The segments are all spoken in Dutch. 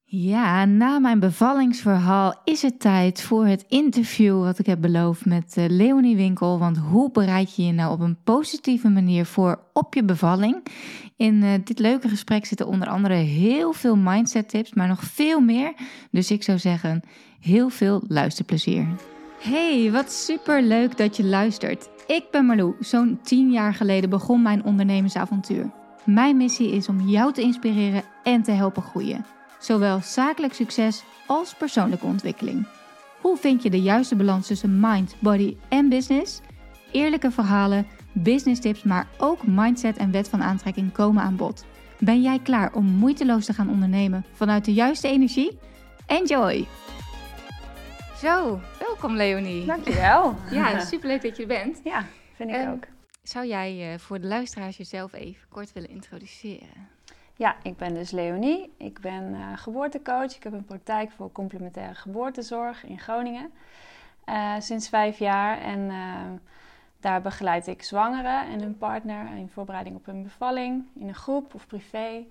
Ja, na mijn bevallingsverhaal is het tijd voor het interview wat ik heb beloofd met Leonie Winkel. Want hoe bereid je je nou op een positieve manier voor op je bevalling? In dit leuke gesprek zitten onder andere heel veel mindset tips, maar nog veel meer. Dus ik zou zeggen, heel veel luisterplezier. Hey, wat super leuk dat je luistert. Ik ben Marlou. Zo'n 10 jaar geleden begon mijn ondernemersavontuur. Mijn missie is om jou te inspireren en te helpen groeien. Zowel zakelijk succes als persoonlijke ontwikkeling. Hoe vind je de juiste balans tussen mind, body en business? Eerlijke verhalen, business tips, maar ook mindset en wet van aantrekking komen aan bod. Ben jij klaar om moeiteloos te gaan ondernemen vanuit de juiste energie? Enjoy! Zo, welkom Leonie. Dankjewel. Ja, superleuk dat je er bent. Ja, vind ik ook. Zou jij voor de luisteraars jezelf even kort willen introduceren? Ja, ik ben dus Leonie. Ik ben geboortecoach. Ik heb een praktijk voor complementaire geboortezorg in Groningen. Sinds 5 jaar. En daar begeleid ik zwangeren en hun partner in voorbereiding op hun bevalling. In een groep of privé.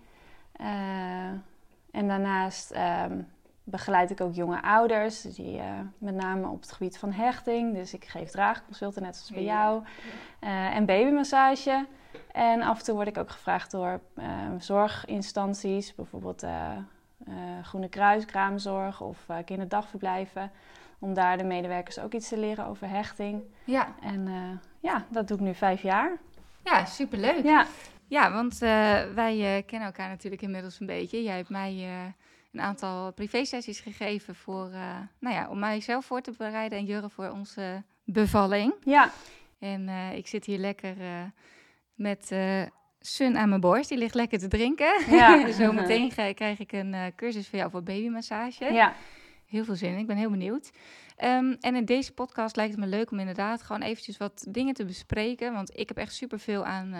En daarnaast begeleid ik ook jonge ouders. Die met name op het gebied van hechting. Dus ik geef draagconsulten net zoals bij jou. En babymassage. En af en toe word ik ook gevraagd door zorginstanties, bijvoorbeeld Groene Kruis, kraamzorg of kinderdagverblijven, om daar de medewerkers ook iets te leren over hechting. Ja. En dat doe ik nu 5 jaar. Ja, superleuk. Ja, want wij kennen elkaar natuurlijk inmiddels een beetje. Jij hebt mij een aantal privésessies gegeven voor, om mijzelf voor te bereiden en Jurre voor onze bevalling. Ja. En ik zit hier lekker met Sun aan mijn borst. Die ligt lekker te drinken. Ja. Zometeen krijg ik een cursus voor jou voor babymassage. Ja. Heel veel zin in. Ik ben heel benieuwd. En in deze podcast lijkt het me leuk om inderdaad gewoon eventjes wat dingen te bespreken. Want ik heb echt superveel aan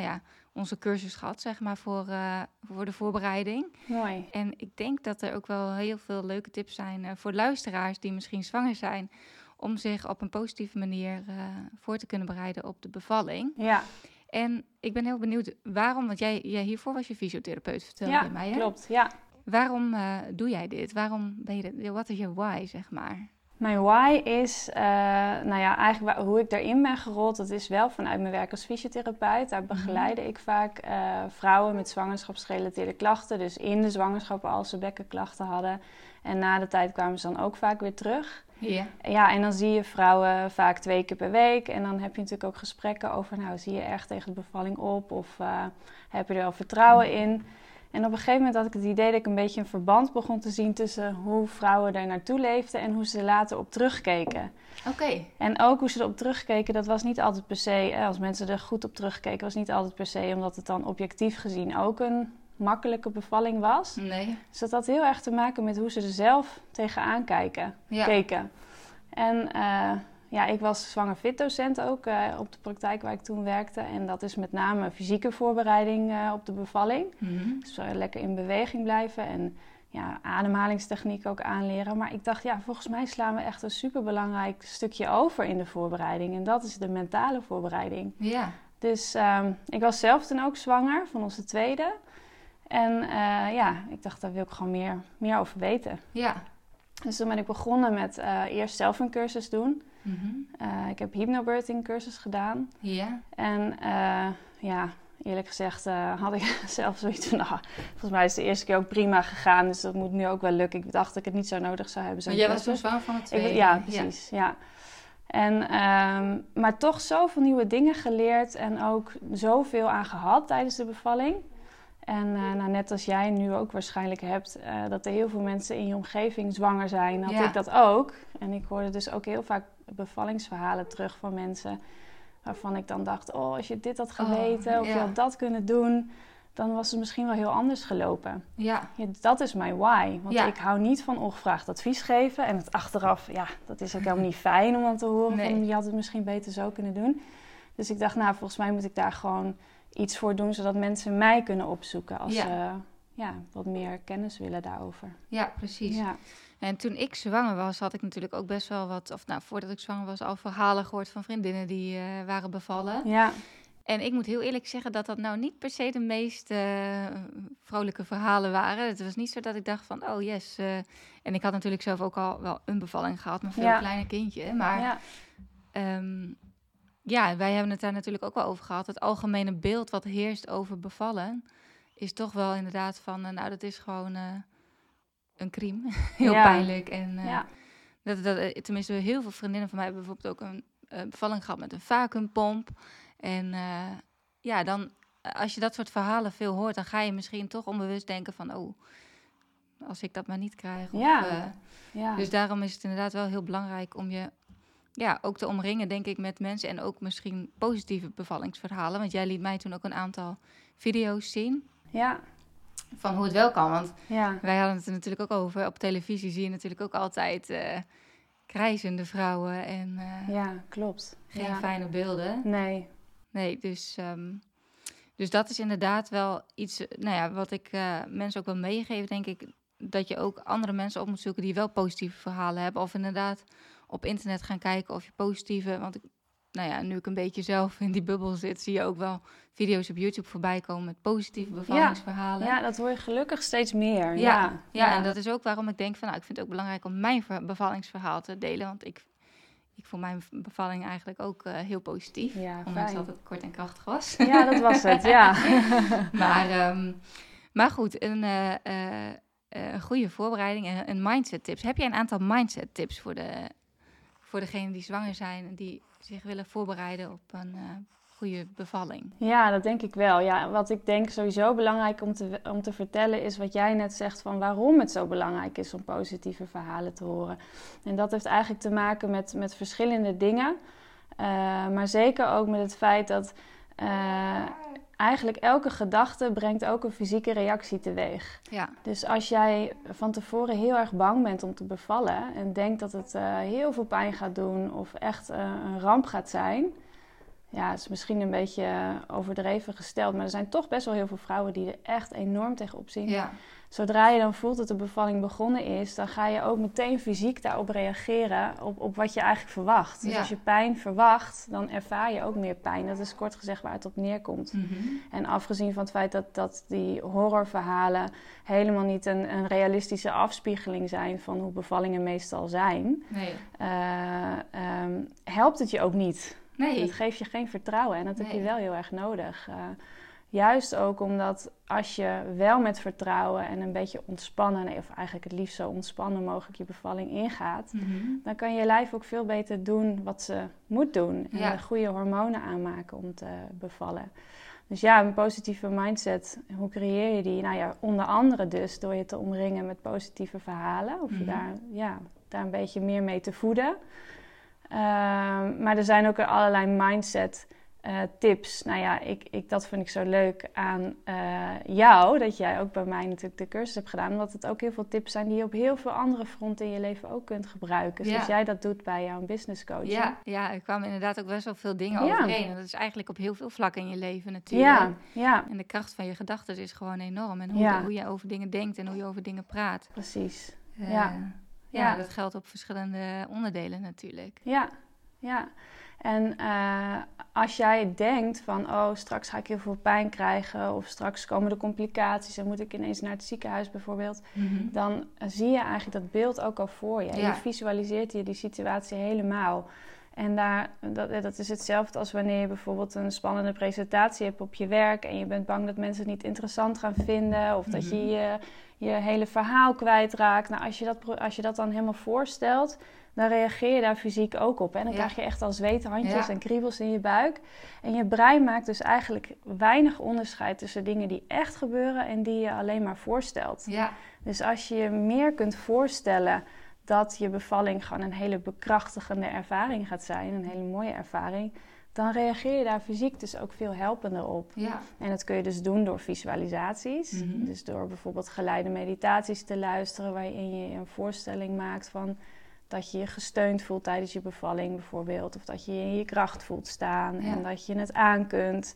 onze cursus gehad, zeg maar, voor de voorbereiding. Mooi. En ik denk dat er ook wel heel veel leuke tips zijn voor luisteraars die misschien zwanger zijn, om zich op een positieve manier voor te kunnen bereiden op de bevalling. Ja. En ik ben heel benieuwd waarom, want jij hiervoor was je fysiotherapeut, vertelde je mij, hè? Klopt, ja. Waarom doe jij dit? Waarom ben je dit? Wat is je why, zeg maar? Mijn why is, eigenlijk hoe ik daarin ben gerold, dat is wel vanuit mijn werk als fysiotherapeut. Daar begeleide ik vaak vrouwen met zwangerschapsgerelateerde klachten. Dus in de zwangerschap als ze bekkenklachten hadden. En na de tijd kwamen ze dan ook vaak weer terug. Ja. Ja, en dan zie je vrouwen vaak 2 keer per week. En dan heb je natuurlijk ook gesprekken over, zie je erg tegen de bevalling op? Of heb je er wel vertrouwen in? En op een gegeven moment had ik het idee dat ik een beetje een verband begon te zien tussen hoe vrouwen daar naartoe leefden en hoe ze er later op terugkeken. Oké. En ook hoe ze erop terugkeken, dat was niet altijd per se, als mensen er goed op terugkeken, was niet altijd per se omdat het dan objectief gezien ook een makkelijke bevalling was. Nee. Dus dat had heel erg te maken met hoe ze er zelf tegenaan keken. En ik was zwanger fit-docent ook op de praktijk waar ik toen werkte. En dat is met name fysieke voorbereiding op de bevalling. Mm-hmm. Dus lekker in beweging blijven en ademhalingstechniek ook aanleren. Maar ik dacht, volgens mij slaan we echt een superbelangrijk stukje over in de voorbereiding. En dat is de mentale voorbereiding. Ja. Dus ik was zelf toen ook zwanger van onze tweede. En ik dacht, daar wil ik gewoon meer over weten. Ja. Dus toen ben ik begonnen met eerst zelf een cursus doen. Mm-hmm. Ik heb hypnobirthing cursus gedaan. Ja. En eerlijk gezegd had ik zelf zoiets van, volgens mij is het de eerste keer ook prima gegaan. Dus dat moet nu ook wel lukken. Ik dacht dat ik het niet zo nodig zou hebben. Maar jij was zo zwanger van het tweede. Ja, precies. Ja. En, maar toch zoveel nieuwe dingen geleerd en ook zoveel aan gehad tijdens de bevalling. En net als jij nu ook waarschijnlijk hebt, dat er heel veel mensen in je omgeving zwanger zijn, had ik dat ook. En ik hoorde dus ook heel vaak bevallingsverhalen terug van mensen waarvan ik dan dacht, als je dit had geweten of je had dat kunnen doen, dan was het misschien wel heel anders gelopen. Ja. Dat is mijn why. Want ik hou niet van ongevraagd advies geven. En het achteraf, dat is ook helemaal niet fijn om dan te horen van, je had het misschien beter zo kunnen doen. Dus ik dacht, volgens mij moet ik daar gewoon iets voor doen, zodat mensen mij kunnen opzoeken als ze wat meer kennis willen daarover. Ja, precies. Ja. En toen ik zwanger was, had ik natuurlijk ook best wel wat, voordat ik zwanger was, al verhalen gehoord van vriendinnen die waren bevallen. Ja. En ik moet heel eerlijk zeggen dat nou niet per se de meest vrolijke verhalen waren. Het was niet zo dat ik dacht van, oh yes. En ik had natuurlijk zelf ook al wel een bevalling gehad, maar veel kleiner kindje. Maar wij hebben het daar natuurlijk ook wel over gehad. Het algemene beeld wat heerst over bevallen is toch wel inderdaad van, dat is gewoon een crime. Heel pijnlijk. En tenminste, heel veel vriendinnen van mij hebben bijvoorbeeld ook een bevalling gehad met een vacuumpomp. En dan, als je dat soort verhalen veel hoort, dan ga je misschien toch onbewust denken van, oh, als ik dat maar niet krijg. Dus daarom is het inderdaad wel heel belangrijk om je ook te omringen, denk ik, met mensen en ook misschien positieve bevallingsverhalen. Want jij liet mij toen ook een aantal video's zien. Ja. Van hoe het wel kan. Want wij hadden het er natuurlijk ook over. Op televisie zie je natuurlijk ook altijd krijzende vrouwen. En, klopt. Geen fijne beelden. Nee, dus dat is inderdaad wel iets, wat ik mensen ook wil meegeven, denk ik, dat je ook andere mensen op moet zoeken die wel positieve verhalen hebben. Of inderdaad op internet gaan kijken of je positieve, want nu ik een beetje zelf in die bubbel zit, zie je ook wel video's op YouTube voorbij komen met positieve bevallingsverhalen. Ja, dat hoor je gelukkig steeds meer. Ja, en dat is ook waarom ik denk van, ik vind het ook belangrijk om mijn bevallingsverhaal te delen, want ik vond mijn bevalling eigenlijk ook heel positief. Ja, ondanks dat het kort en krachtig was. Ja, dat was het, ja. Maar goed, een goede voorbereiding en mindset tips. Heb jij een aantal mindset tips voor degenen die zwanger zijn en die zich willen voorbereiden op een goede bevalling? Ja, dat denk ik wel. Ja, wat ik denk sowieso belangrijk om te vertellen is wat jij net zegt van waarom het zo belangrijk is om positieve verhalen te horen. En dat heeft eigenlijk te maken met verschillende dingen. Maar zeker ook met het feit dat eigenlijk elke gedachte brengt ook een fysieke reactie teweeg. Ja. Dus als jij van tevoren heel erg bang bent om te bevallen en denkt dat het heel veel pijn gaat doen of echt een ramp gaat zijn. Ja, het is misschien een beetje overdreven gesteld, maar er zijn toch best wel heel veel vrouwen die er echt enorm tegenop zien. Ja. Zodra je dan voelt dat de bevalling begonnen is, dan ga je ook meteen fysiek daarop reageren op wat je eigenlijk verwacht. Dus als je pijn verwacht, dan ervaar je ook meer pijn. Dat is kort gezegd waar het op neerkomt. Mm-hmm. En afgezien van het feit dat die horrorverhalen helemaal niet een realistische afspiegeling zijn van hoe bevallingen meestal zijn, helpt het je ook niet. Nee. Dat geeft je geen vertrouwen en dat heb je wel heel erg nodig. Juist ook omdat als je wel met vertrouwen en een beetje ontspannen, of eigenlijk het liefst zo ontspannen mogelijk je bevalling ingaat, dan kan je lijf ook veel beter doen wat ze moet doen. En goede hormonen aanmaken om te bevallen. Dus een positieve mindset, hoe creëer je die? Onder andere dus door je te omringen met positieve verhalen. Of je daar een beetje meer mee te voeden. Maar er zijn ook allerlei mindset tips. Dat vind ik zo leuk aan jou, dat jij ook bij mij natuurlijk de cursus hebt gedaan. Omdat het ook heel veel tips zijn die je op heel veel andere fronten in je leven ook kunt gebruiken. Zoals jij dat doet bij jouw business coaching. Ja, er kwamen inderdaad ook best wel veel dingen overheen. En dat is eigenlijk op heel veel vlakken in je leven natuurlijk. Ja. En de kracht van je gedachten is gewoon enorm. En hoe je over dingen denkt en hoe je over dingen praat. Precies, Ja, dat geldt op verschillende onderdelen natuurlijk. Ja. En als jij denkt van, straks ga ik heel veel pijn krijgen of straks komen de complicaties en moet ik ineens naar het ziekenhuis bijvoorbeeld, dan zie je eigenlijk dat beeld ook al voor je. Ja. Je visualiseert je die situatie helemaal. En dat is hetzelfde als wanneer je bijvoorbeeld een spannende presentatie hebt op je werk en je bent bang dat mensen het niet interessant gaan vinden of dat je je hele verhaal kwijtraakt. Nou, als je dat dan helemaal voorstelt, dan reageer je daar fysiek ook op. En dan krijg je echt al zweethandjes en kriebels in je buik. En je brein maakt dus eigenlijk weinig onderscheid tussen dingen die echt gebeuren en die je alleen maar voorstelt. Ja. Dus als je je meer kunt voorstellen dat je bevalling gewoon een hele bekrachtigende ervaring gaat zijn, een hele mooie ervaring, dan reageer je daar fysiek dus ook veel helpender op. Ja. En dat kun je dus doen door visualisaties. Dus door bijvoorbeeld geleide meditaties te luisteren, waarin je een voorstelling maakt van dat je je gesteund voelt tijdens je bevalling bijvoorbeeld. Of dat je in je kracht voelt staan en dat je het aan kunt.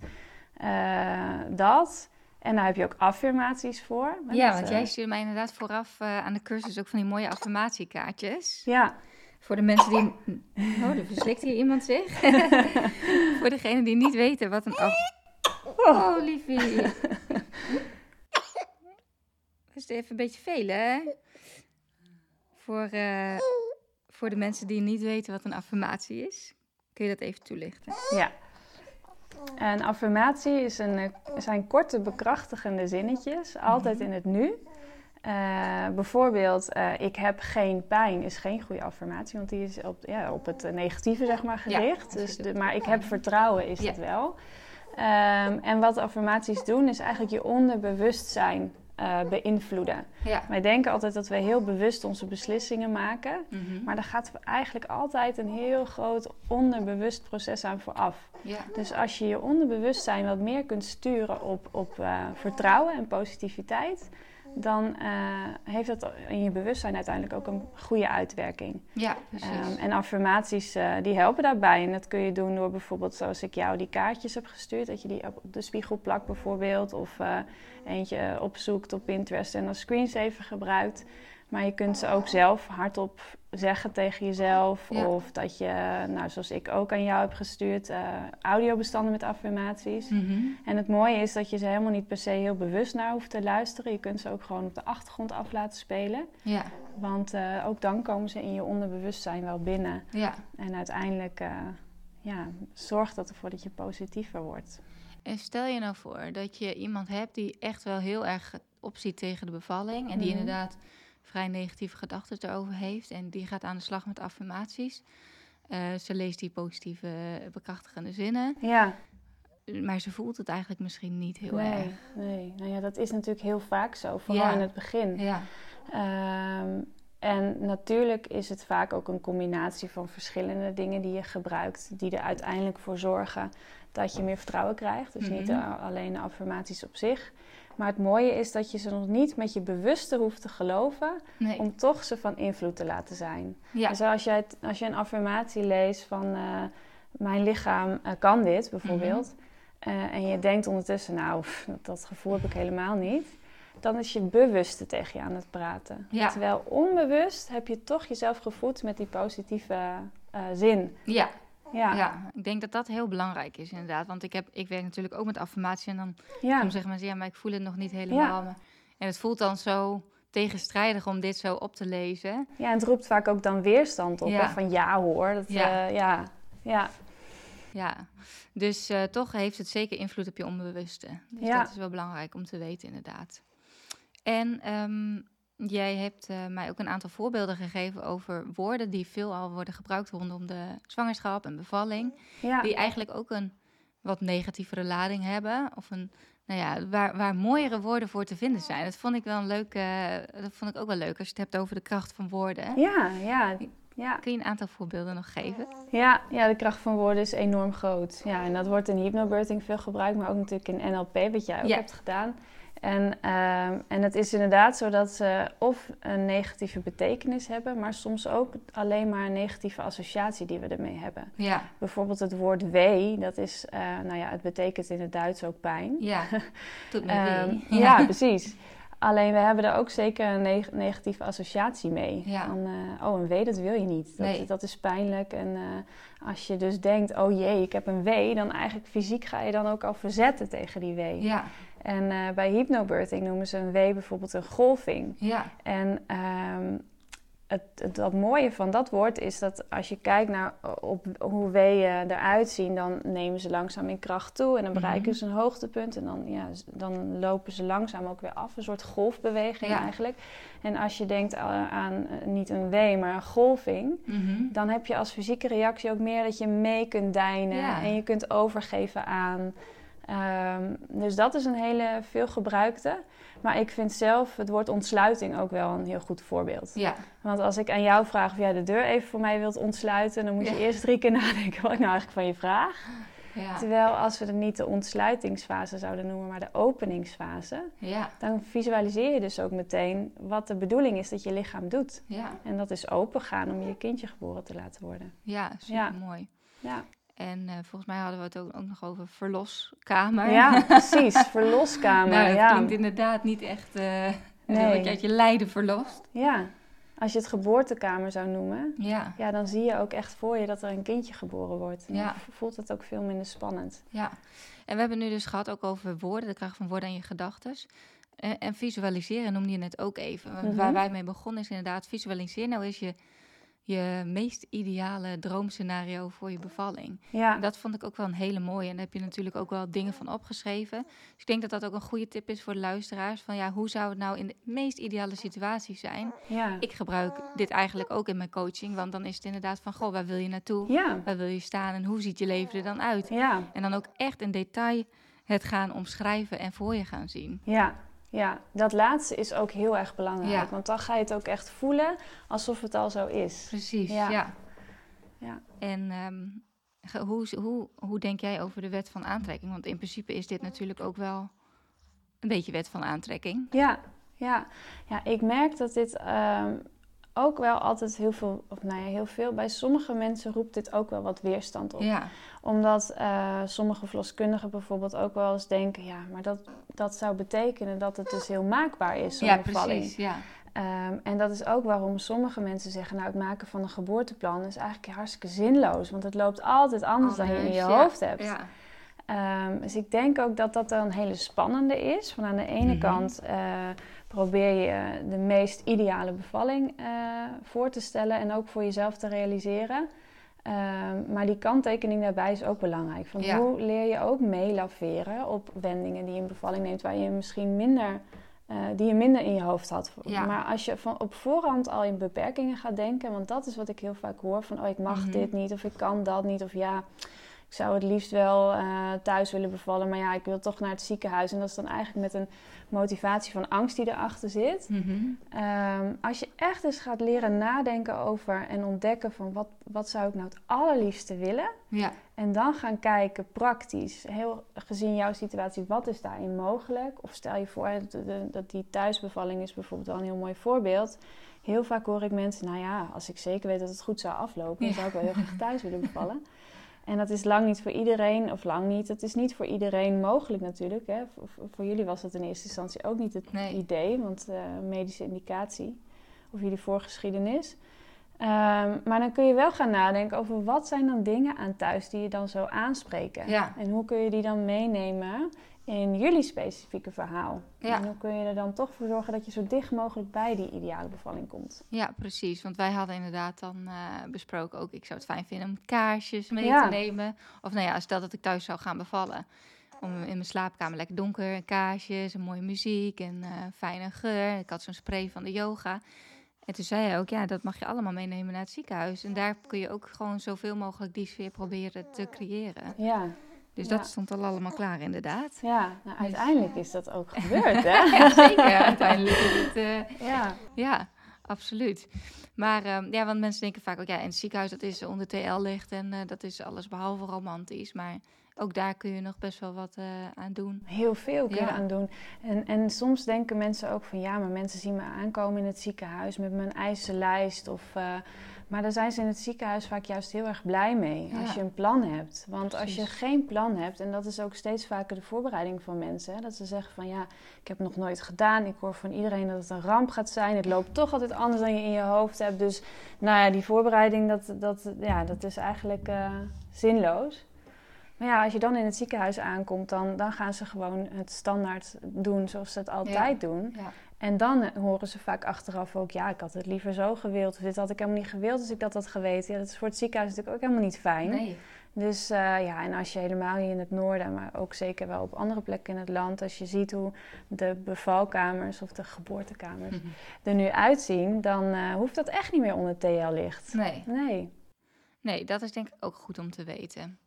Dat. En daar heb je ook affirmaties voor. Want jij stuurde mij inderdaad vooraf aan de cursus ook van die mooie affirmatiekaartjes. Ja. Voor de mensen die... Oh, er verslikt hier iemand zich. Voor degenen die niet weten wat een... Oh, liefie. Dat is even een beetje veel, hè? Voor de mensen die niet weten wat een affirmatie is. Kun je dat even toelichten? Ja. Een affirmatie zijn korte bekrachtigende zinnetjes, altijd in het nu. Bijvoorbeeld, ik heb geen pijn is geen goede affirmatie, want die is op het negatieve zeg maar gericht. Ja, maar ik heb vertrouwen is het wel. En wat affirmaties doen is eigenlijk je onderbewustzijn beïnvloeden. Ja. Wij denken altijd dat we heel bewust onze beslissingen maken. Mm-hmm. Maar daar gaat eigenlijk altijd een heel groot onderbewust proces aan vooraf. Ja. Dus als je je onderbewustzijn wat meer kunt sturen op vertrouwen en positiviteit, dan heeft dat in je bewustzijn uiteindelijk ook een goede uitwerking. Ja, precies. En affirmaties die helpen daarbij. En dat kun je doen door bijvoorbeeld, zoals ik jou die kaartjes heb gestuurd, dat je die op de spiegel plakt bijvoorbeeld. Of eentje opzoekt op Pinterest en als screensaver gebruikt. Maar je kunt ze ook zelf hardop zeggen tegen jezelf. Ja. Of dat je, zoals ik ook aan jou heb gestuurd, audiobestanden met affirmaties. Mm-hmm. En het mooie is dat je ze helemaal niet per se heel bewust naar hoeft te luisteren. Je kunt ze ook gewoon op de achtergrond af laten spelen. Ja. Want ook dan komen ze in je onderbewustzijn wel binnen. Ja. En uiteindelijk zorgt dat ervoor dat je positiever wordt. En stel je nou voor dat je iemand hebt die echt wel heel erg opziet tegen de bevalling. En die inderdaad vrij negatieve gedachten erover heeft. En die gaat aan de slag met affirmaties. Ze leest die positieve, bekrachtigende zinnen. Ja. Maar ze voelt het eigenlijk misschien niet heel erg. Nee, nou ja, dat is natuurlijk heel vaak zo. Vooral in het begin. Ja. En natuurlijk is het vaak ook een combinatie van verschillende dingen die je gebruikt, die er uiteindelijk voor zorgen dat je meer vertrouwen krijgt. Dus niet alleen de affirmaties op zich. Maar het mooie is dat je ze nog niet met je bewuste hoeft te geloven, om toch ze van invloed te laten zijn. Ja. Dus als je een affirmatie leest van mijn lichaam kan dit bijvoorbeeld, en je denkt ondertussen, dat gevoel heb ik helemaal niet, dan is je bewuste tegen je aan het praten. Ja. Terwijl onbewust heb je toch jezelf gevoed met die positieve zin. Ja. Ja, ik denk dat dat heel belangrijk is inderdaad. Want ik werk natuurlijk ook met affirmatie. En dan zeggen mensen, maar ik voel het nog niet helemaal. Ja. En het voelt dan zo tegenstrijdig om dit zo op te lezen. Ja, en het roept vaak ook dan weerstand op. Ja. Van ja hoor, dat, Ja, dus toch heeft het zeker invloed op je onbewuste. Dus dat is wel belangrijk om te weten inderdaad. En jij hebt mij ook een aantal voorbeelden gegeven over woorden die veelal worden gebruikt rondom de zwangerschap en bevalling. Ja. Die eigenlijk ook een wat negatievere lading hebben. Of waar mooiere woorden voor te vinden zijn. Dat vond ik wel dat vond ik ook wel leuk als je het hebt over de kracht van woorden. Ja. Kun je een aantal voorbeelden nog geven? Ja, de kracht van woorden is enorm groot. Ja, en dat wordt in hypnobirthing veel gebruikt, maar ook natuurlijk in NLP, wat jij ook hebt gedaan. En het is inderdaad zo dat ze of een negatieve betekenis hebben, maar soms ook alleen maar een negatieve associatie die we ermee hebben. Ja. Bijvoorbeeld het woord wee, dat is, het betekent in het Duits ook pijn. Ja, doet me wee. Ja, precies. Alleen we hebben er ook zeker een negatieve associatie mee. Ja. Van, een wee, dat wil je niet. Dat is pijnlijk. En als je dus denkt, oh jee, ik heb een wee, dan eigenlijk fysiek ga je dan ook al verzetten tegen die wee. Ja. En bij hypnobirthing noemen ze een wee bijvoorbeeld een golving. Ja. En het mooie van dat woord is dat als je kijkt naar hoe weeën eruit zien, dan nemen ze langzaam in kracht toe en dan bereiken ze een hoogtepunt en dan lopen ze langzaam ook weer af. Een soort golfbeweging eigenlijk. En als je denkt aan niet een wee, maar een golving, dan heb je als fysieke reactie ook meer dat je mee kunt deinen en je kunt overgeven aan. Dus dat is een hele veelgebruikte. Maar ik vind zelf het woord ontsluiting ook wel een heel goed voorbeeld. Ja. Want als ik aan jou vraag of jij de deur even voor mij wilt ontsluiten, dan moet je eerst 3 keer nadenken wat ik nou eigenlijk van je vraag. Ja. Terwijl als we het niet de ontsluitingsfase zouden noemen, maar de openingsfase, dan visualiseer je dus ook meteen wat de bedoeling is dat je lichaam doet. Ja. En dat is opengaan om je kindje geboren te laten worden. Ja, super mooi. Ja. En volgens mij hadden we het ook nog over verloskamer. Ja, precies. Verloskamer. Dat klinkt inderdaad niet echt dat je uit je lijden verlost. Ja. Als je het geboortekamer zou noemen, Ja. dan zie je ook echt voor je dat er een kindje geboren wordt. En Ja. dan voelt het ook veel minder spannend. Ja. En we hebben nu dus gehad ook over woorden, de kracht van woorden en je gedachtes. En visualiseren noemde je net ook even. Want waar wij mee begonnen is inderdaad, visualiseer nou eens je meest ideale droomscenario voor je bevalling. Ja. En dat vond ik ook wel een hele mooie. En daar heb je natuurlijk ook wel dingen van opgeschreven. Dus ik denk dat dat ook een goede tip is voor de luisteraars. Van ja, hoe zou het nou in de meest ideale situatie zijn? Ja. Ik gebruik dit eigenlijk ook in mijn coaching. Want dan is het inderdaad van, goh, waar wil je naartoe? Ja. Waar wil je staan? En hoe ziet je leven er dan uit? Ja. En dan ook echt in detail het gaan omschrijven en voor je gaan zien. Ja, dat laatste is ook heel erg belangrijk. Ja. Want dan ga je het ook echt voelen alsof het al zo is. Precies, Ja. En hoe denk jij over de wet van aantrekking? Want in principe is dit natuurlijk ook wel een beetje wet van aantrekking. Ja, ik merk dat dit ook wel altijd heel veel... Bij sommige mensen roept dit ook wel wat weerstand op. Ja. Omdat sommige verloskundigen bijvoorbeeld ook wel eens denken... ja, maar dat zou betekenen dat het dus heel maakbaar is, zo'n bevalling. Precies, ja. En dat is ook waarom sommige mensen zeggen... nou, het maken van een geboorteplan is eigenlijk hartstikke zinloos. Want het loopt altijd anders dan je in je hoofd hebt. Ja. Dus ik denk ook dat dat een hele spannende is. Van aan de ene kant probeer je de meest ideale bevalling voor te stellen... en ook voor jezelf te realiseren... maar die kanttekening daarbij is ook belangrijk. Van hoe leer je ook meelaveren op wendingen die je een bevalling neemt... waar je misschien die je minder in je hoofd had. Ja. Maar als je op voorhand al in beperkingen gaat denken... want dat is wat ik heel vaak hoor van... ik mag dit niet of ik kan dat niet of ik zou het liefst wel thuis willen bevallen... maar ik wil toch naar het ziekenhuis. En dat is dan eigenlijk met een motivatie van angst die erachter zit. Als je echt eens gaat leren nadenken over en ontdekken... van wat zou ik nou het allerliefste willen... Ja. En dan gaan kijken praktisch, heel gezien jouw situatie, wat is daarin mogelijk? Of stel je voor dat die thuisbevalling is bijvoorbeeld wel een heel mooi voorbeeld. Heel vaak hoor ik mensen, als ik zeker weet dat het goed zou aflopen... dan zou ik wel heel graag thuis willen bevallen. En dat is lang niet voor iedereen, het is niet voor iedereen mogelijk natuurlijk. Hè. Voor jullie was dat in eerste instantie ook niet het idee, want medische indicatie of jullie voorgeschiedenis... maar dan kun je wel gaan nadenken over wat zijn dan dingen aan thuis die je dan zo aanspreken. Ja. En hoe kun je die dan meenemen in jullie specifieke verhaal. Ja. En hoe kun je er dan toch voor zorgen dat je zo dicht mogelijk bij die ideale bevalling komt. Ja, precies. Want wij hadden inderdaad dan besproken ook... ik zou het fijn vinden om kaarsjes mee te nemen. Of stel dat ik thuis zou gaan bevallen... om in mijn slaapkamer lekker donker, kaarsjes, een mooie muziek en fijne geur. Ik had zo'n spray van de yoga... En toen zei hij ook, dat mag je allemaal meenemen naar het ziekenhuis. En daar kun je ook gewoon zoveel mogelijk die sfeer proberen te creëren. Ja. Dus dat stond al allemaal klaar, inderdaad. Ja, uiteindelijk is dat ook gebeurd, hè? Ja, zeker. Uiteindelijk is het... Ja, absoluut. Maar want mensen denken vaak ook, in het ziekenhuis dat is onder TL ligt en dat is alles behalve romantisch. Maar ook daar kun je nog best wel wat aan doen. Heel veel kun je aan doen. En soms denken mensen ook van... maar mensen zien me aankomen in het ziekenhuis met mijn eisenlijst. Maar daar zijn ze in het ziekenhuis vaak juist heel erg blij mee. Als je een plan hebt. Want als je geen plan hebt... en dat is ook steeds vaker de voorbereiding van mensen... Hè, dat ze zeggen van ik heb het nog nooit gedaan. Ik hoor van iedereen dat het een ramp gaat zijn. Het loopt toch altijd anders dan je in je hoofd hebt. Dus die voorbereiding, dat is eigenlijk zinloos. Maar als je dan in het ziekenhuis aankomt, dan gaan ze gewoon het standaard doen zoals ze het altijd doen. Ja. En dan horen ze vaak achteraf ook, ik had het liever zo gewild. Of dit had ik helemaal niet gewild als ik dat had geweten. Ja, dat is voor het ziekenhuis natuurlijk ook helemaal niet fijn. Nee. Dus en als je helemaal hier in het noorden, maar ook zeker wel op andere plekken in het land... als je ziet hoe de bevalkamers of de geboortekamers er nu uitzien... dan hoeft dat echt niet meer onder TL-licht. Nee, dat is denk ik ook goed om te weten.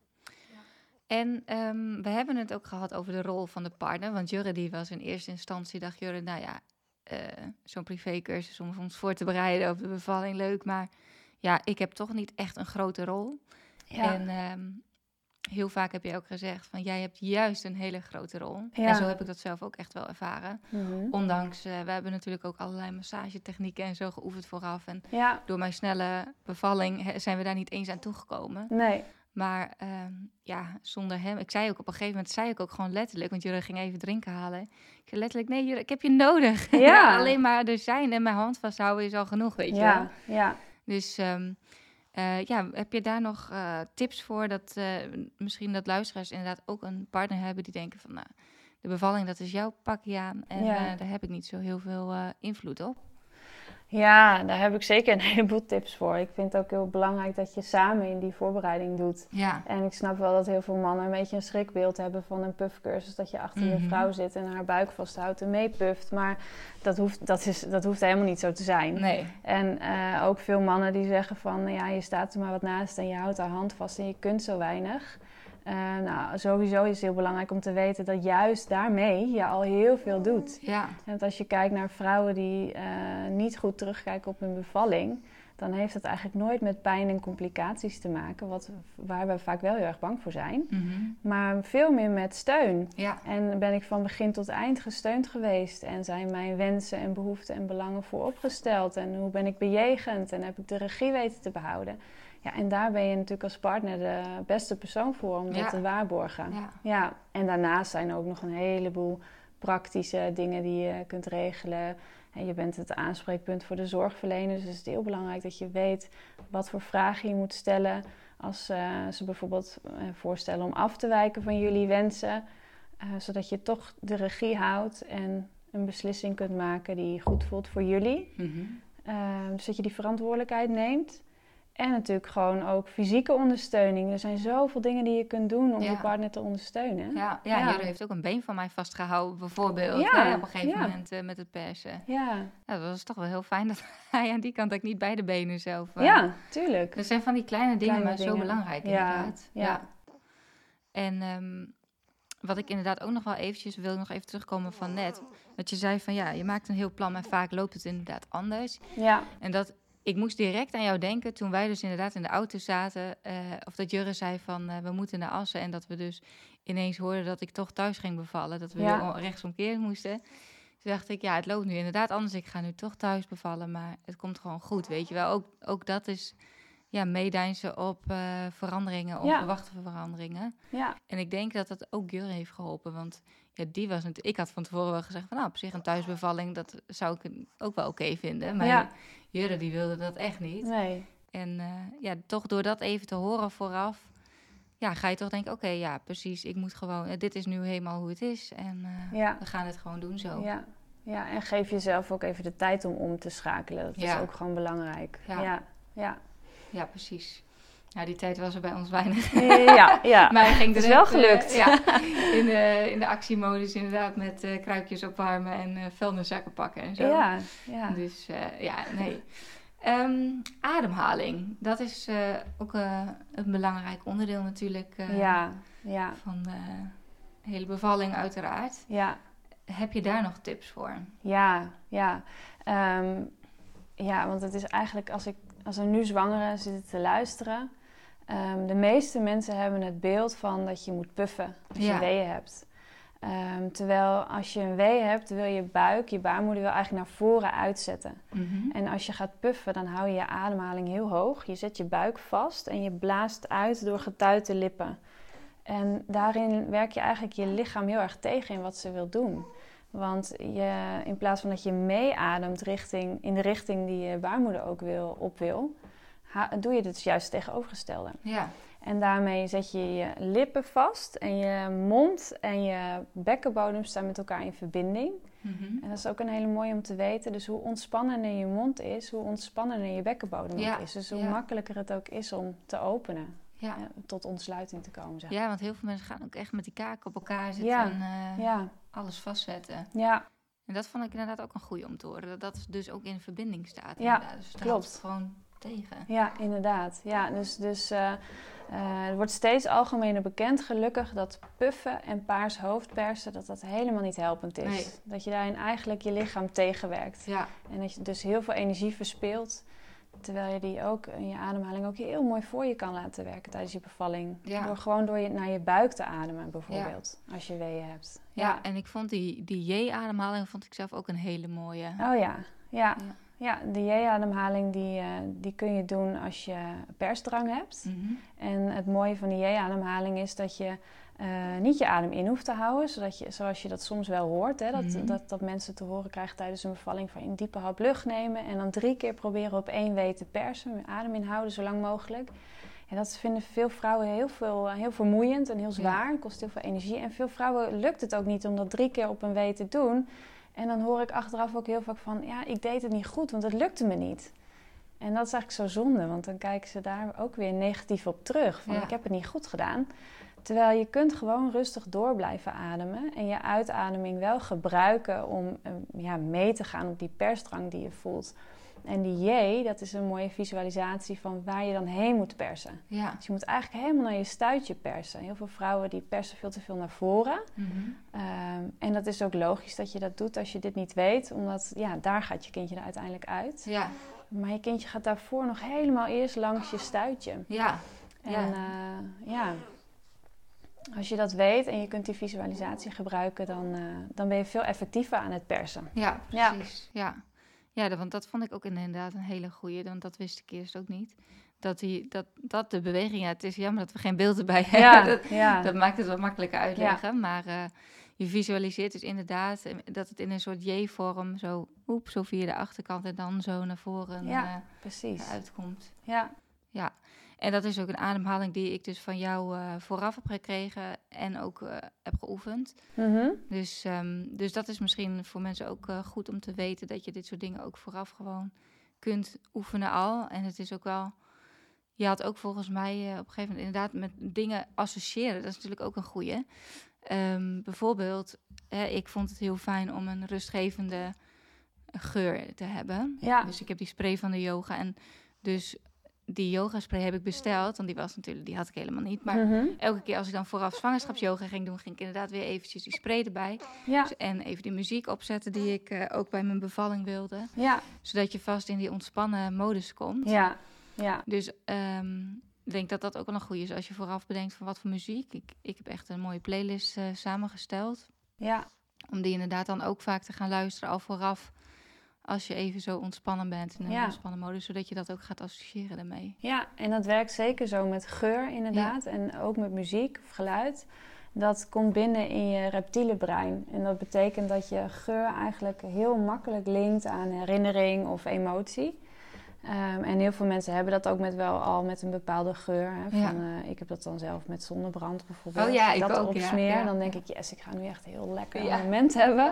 En we hebben het ook gehad over de rol van de partner. Want Jurre die was in eerste instantie, dacht Jurre, zo'n privécursus om ons voor te bereiden op de bevalling, leuk. Maar ik heb toch niet echt een grote rol. Ja. En heel vaak heb je ook gezegd van, jij hebt juist een hele grote rol. Ja. En zo heb ik dat zelf ook echt wel ervaren. Ondanks, we hebben natuurlijk ook allerlei massagetechnieken en zo geoefend vooraf. En door mijn snelle bevalling zijn we daar niet eens aan toegekomen. Nee. Maar zonder hem... Ik zei ook op een gegeven moment, ook gewoon letterlijk... want Jurre ging even drinken halen. Ik zei letterlijk, nee Jurre, ik heb je nodig. Ja. Alleen maar er zijn en mijn hand vasthouden is al genoeg, weet je wel. Ja. Dus heb je daar nog tips voor? Dat misschien dat luisteraars inderdaad ook een partner hebben... die denken van, nou, de bevalling, dat is jouw pakje aan... en daar heb ik niet zo heel veel invloed op. Ja, daar heb ik zeker een heleboel tips voor. Ik vind het ook heel belangrijk dat je samen in die voorbereiding doet. Ja. En ik snap wel dat heel veel mannen een beetje een schrikbeeld hebben van een puffcursus. Dat je achter je vrouw zit en haar buik vasthoudt en meepuft. Maar dat hoeft helemaal niet zo te zijn. Nee. En ook veel mannen die zeggen van, je staat er maar wat naast en je houdt haar hand vast en je kunt zo weinig. Sowieso is het heel belangrijk om te weten dat juist daarmee je al heel veel doet. Ja. En als je kijkt naar vrouwen die niet goed terugkijken op hun bevalling... dan heeft dat eigenlijk nooit met pijn en complicaties te maken... waar we vaak wel heel erg bang voor zijn. Mm-hmm. Maar veel meer met steun. Ja. En ben ik van begin tot eind gesteund geweest... en zijn mijn wensen en behoeften en belangen vooropgesteld... en hoe ben ik bejegend en heb ik de regie weten te behouden... Ja, en daar ben je natuurlijk als partner de beste persoon voor om dat te waarborgen. Ja. En daarnaast zijn er ook nog een heleboel praktische dingen die je kunt regelen. En je bent het aanspreekpunt voor de zorgverleners. Dus het is heel belangrijk dat je weet wat voor vragen je moet stellen. Als ze bijvoorbeeld voorstellen om af te wijken van jullie wensen. Zodat je toch de regie houdt en een beslissing kunt maken die goed voelt voor jullie. Mm-hmm. Dus dat je die verantwoordelijkheid neemt. En natuurlijk gewoon ook fysieke ondersteuning. Er zijn zoveel dingen die je kunt doen om je partner te ondersteunen. Ja, Jurre heeft ook een been van mij vastgehouden bijvoorbeeld. Hè, op een gegeven moment met het persen. Ja, dat was toch wel heel fijn dat hij aan die kant ook niet beide benen zelf... Ja, tuurlijk. Er zijn van die kleine dingen, maar zo belangrijk inderdaad. Ja. En wat ik inderdaad ook nog wel eventjes... wil nog even terugkomen van net. Dat je zei van je maakt een heel plan... maar vaak loopt het inderdaad anders. Ja. En dat... Ik moest direct aan jou denken toen wij dus inderdaad in de auto zaten. Of dat Jurre zei van we moeten naar Assen. En dat we dus ineens hoorden dat ik toch thuis ging bevallen. Dat we weer rechtsomkeerd moesten. Toen dacht ik, het loopt nu inderdaad anders. Ik ga nu toch thuis bevallen, maar het komt gewoon goed. Weet je wel, ook dat is meedijnsen op veranderingen, onverwachte veranderingen. Ja. En ik denk dat dat ook Jurre heeft geholpen. Want die was natuurlijk... Ik had van tevoren wel gezegd van op zich een thuisbevalling, dat zou ik ook wel oké vinden. Maar Jurre die wilde dat echt niet. Nee. En toch door dat even te horen vooraf, ga je toch denken, oké, precies, ik moet gewoon... dit is nu helemaal hoe het is en we gaan het gewoon doen zo. Ja. Ja, en geef jezelf ook even de tijd om te schakelen. Dat is ook gewoon belangrijk. Ja, precies. Ja, die tijd was er bij ons weinig. Ja. Maar hij ging het is wel gelukt. In de actiemodus inderdaad met kruikjes opwarmen en vuilniszakken pakken en zo. Ja. Dus nee. Ademhaling, dat is ook een belangrijk onderdeel natuurlijk van de hele bevalling uiteraard. Ja. Heb je daar nog tips voor? Ja. Want het is eigenlijk als er nu zwangeren zitten te luisteren... de meeste mensen hebben het beeld van dat je moet puffen als je weeën hebt. Terwijl als je een wee hebt, wil je baarmoeder wil eigenlijk naar voren uitzetten. Mm-hmm. En als je gaat puffen, dan hou je je ademhaling heel hoog. Je zet je buik vast en je blaast uit door getuite lippen. En daarin werk je eigenlijk je lichaam heel erg tegen in wat ze wil doen. Want in plaats van dat je meeademt in de richting die je baarmoeder ook wil, doe je het juist tegenovergestelde. Ja. En daarmee zet je je lippen vast en je mond en je bekkenbodem staan met elkaar in verbinding. Mm-hmm. En dat is ook een hele mooie om te weten. Dus hoe ontspannender je mond is, hoe ontspannender je bekkenbodem ook is. Dus hoe makkelijker het ook is om te openen. Ja. Tot ontsluiting te komen. Zeg. Ja, want heel veel mensen gaan ook echt met die kaken op elkaar zitten en alles vastzetten. Ja. En dat vond ik inderdaad ook een goeie om te horen. Dat dat dus ook in verbinding staat. Ja, dus klopt. Het gewoon tegen. Ja, inderdaad. Ja, dus het wordt steeds algemener bekend, gelukkig, dat puffen en paars hoofdpersen, dat helemaal niet helpend is. Nee. Dat je daarin eigenlijk je lichaam tegenwerkt. Ja. En dat je dus heel veel energie verspilt. Terwijl je die ook in je ademhaling ook heel mooi voor je kan laten werken tijdens je bevalling. Ja. Door naar je buik te ademen bijvoorbeeld, als je weeën hebt. Ja, en ik vond die J-ademhaling vond ik zelf ook een hele mooie. Oh ja. Ja, de J-ademhaling die kun je doen als je persdrang hebt. Mm-hmm. En het mooie van de J-ademhaling is dat je niet je adem in hoeft te houden. Zoals je dat soms wel hoort. Hè, dat mensen te horen krijgen tijdens een bevalling van een diepe hap lucht nemen. En dan 3 keer proberen op 1 W te persen. Je adem inhouden zo lang mogelijk. En dat vinden veel vrouwen heel vermoeiend en heel zwaar. Het kost heel veel energie. En veel vrouwen lukt het ook niet om dat 3 keer op een W te doen. En dan hoor ik achteraf ook heel vaak van... ja, ik deed het niet goed, want het lukte me niet. En dat is eigenlijk zo zonde, want dan kijken ze daar ook weer negatief op terug. Van ik heb het niet goed gedaan. Terwijl je kunt gewoon rustig door blijven ademen. En je uitademing wel gebruiken om mee te gaan op die persdrang die je voelt. En die J, dat is een mooie visualisatie van waar je dan heen moet persen. Ja. Dus je moet eigenlijk helemaal naar je stuitje persen. Heel veel vrouwen die persen veel te veel naar voren. Mm-hmm. En dat is ook logisch dat je dat doet als je dit niet weet. Omdat daar gaat je kindje er uiteindelijk uit. Ja. Maar je kindje gaat daarvoor nog helemaal eerst langs je stuitje. Ja. En als je dat weet en je kunt die visualisatie gebruiken... dan ben je veel effectiever aan het persen. Ja, precies. Ja, want dat vond ik ook inderdaad een hele goeie. Want dat wist ik eerst ook niet. Dat de beweging... het is jammer dat we geen beeld erbij hebben. Dat maakt het wat makkelijker uitleggen. Ja. Maar je visualiseert dus inderdaad... dat het in een soort J-vorm zo via de achterkant... en dan zo naar voren precies. uitkomt. Ja. En dat is ook een ademhaling die ik dus van jou vooraf heb gekregen... en ook heb geoefend. Mm-hmm. Dus dat is misschien voor mensen ook goed om te weten... dat je dit soort dingen ook vooraf gewoon kunt oefenen al. En het is ook wel... Je had ook volgens mij op een gegeven moment inderdaad met dingen associëren. Dat is natuurlijk ook een goeie. Bijvoorbeeld, ik vond het heel fijn om een rustgevende geur te hebben. Ja. Dus ik heb die spray van de yoga en dus... Die yogaspray heb ik besteld, want die had ik helemaal niet. Maar elke keer als ik dan vooraf zwangerschapsyoga ging doen... ging ik inderdaad weer eventjes die spray erbij. Ja. En even die muziek opzetten die ik ook bij mijn bevalling wilde. Ja. Zodat je vast in die ontspannen modus komt. Ja. Dus ik denk dat dat ook wel een goede is als je vooraf bedenkt van wat voor muziek. Ik heb echt een mooie playlist samengesteld. Ja. Om die inderdaad dan ook vaak te gaan luisteren al vooraf... Als je even zo ontspannen bent in een ontspannen modus, zodat je dat ook gaat associëren daarmee. Ja, en dat werkt zeker zo met geur inderdaad. Ja. En ook met muziek of geluid. Dat komt binnen in je reptiele brein. En dat betekent dat je geur eigenlijk heel makkelijk linkt aan herinnering of emotie. En heel veel mensen hebben dat ook met een bepaalde geur. Hè, ik heb dat dan zelf met zonnebrand bijvoorbeeld. Oh ja, ik dat ook, smeer. Ja. Dan denk ik, yes, ik ga nu echt een heel lekker moment hebben.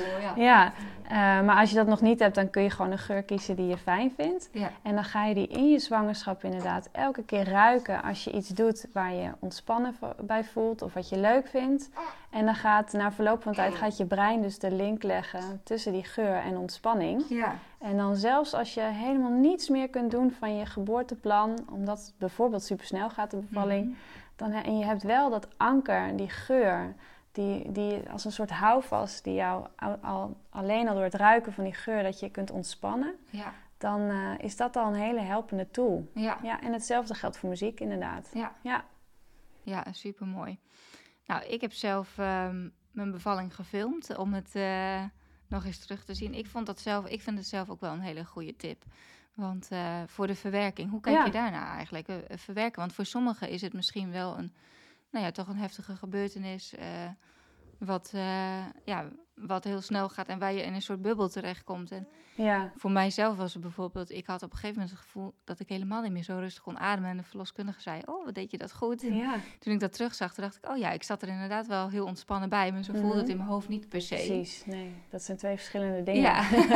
Maar als je dat nog niet hebt, dan kun je gewoon een geur kiezen die je fijn vindt. Ja. En dan ga je die in je zwangerschap inderdaad elke keer ruiken als je iets doet waar je ontspannen bij voelt of wat je leuk vindt. En dan na verloop van tijd gaat je brein dus de link leggen tussen die geur en ontspanning. Ja. En dan zelfs als je helemaal niets meer kunt doen van je geboorteplan, omdat het bijvoorbeeld supersnel gaat, de bevalling, en je hebt wel dat anker, die geur, die als een soort houvast, die jou alleen al door het ruiken van die geur, dat je kunt ontspannen, dan is dat al een hele helpende tool. Ja, en hetzelfde geldt voor muziek inderdaad. Ja, supermooi. Nou, ik heb zelf mijn bevalling gefilmd om het nog eens terug te zien. Ik vind het zelf ook wel een hele goede tip. Want voor de verwerking, hoe kijk je daarna eigenlijk? Verwerken, want voor sommigen is het misschien wel toch een heftige gebeurtenis... wat heel snel gaat en waar je in een soort bubbel terechtkomt. En voor mijzelf was het bijvoorbeeld... Ik had op een gegeven moment het gevoel dat ik helemaal niet meer zo rustig kon ademen. En de verloskundige zei, oh, wat deed je dat goed. Ja. Toen ik dat terugzag, toen dacht ik... ik zat er inderdaad wel heel ontspannen bij. Maar zo voelde het in mijn hoofd niet per se. Precies, nee. Dat zijn 2 verschillende dingen.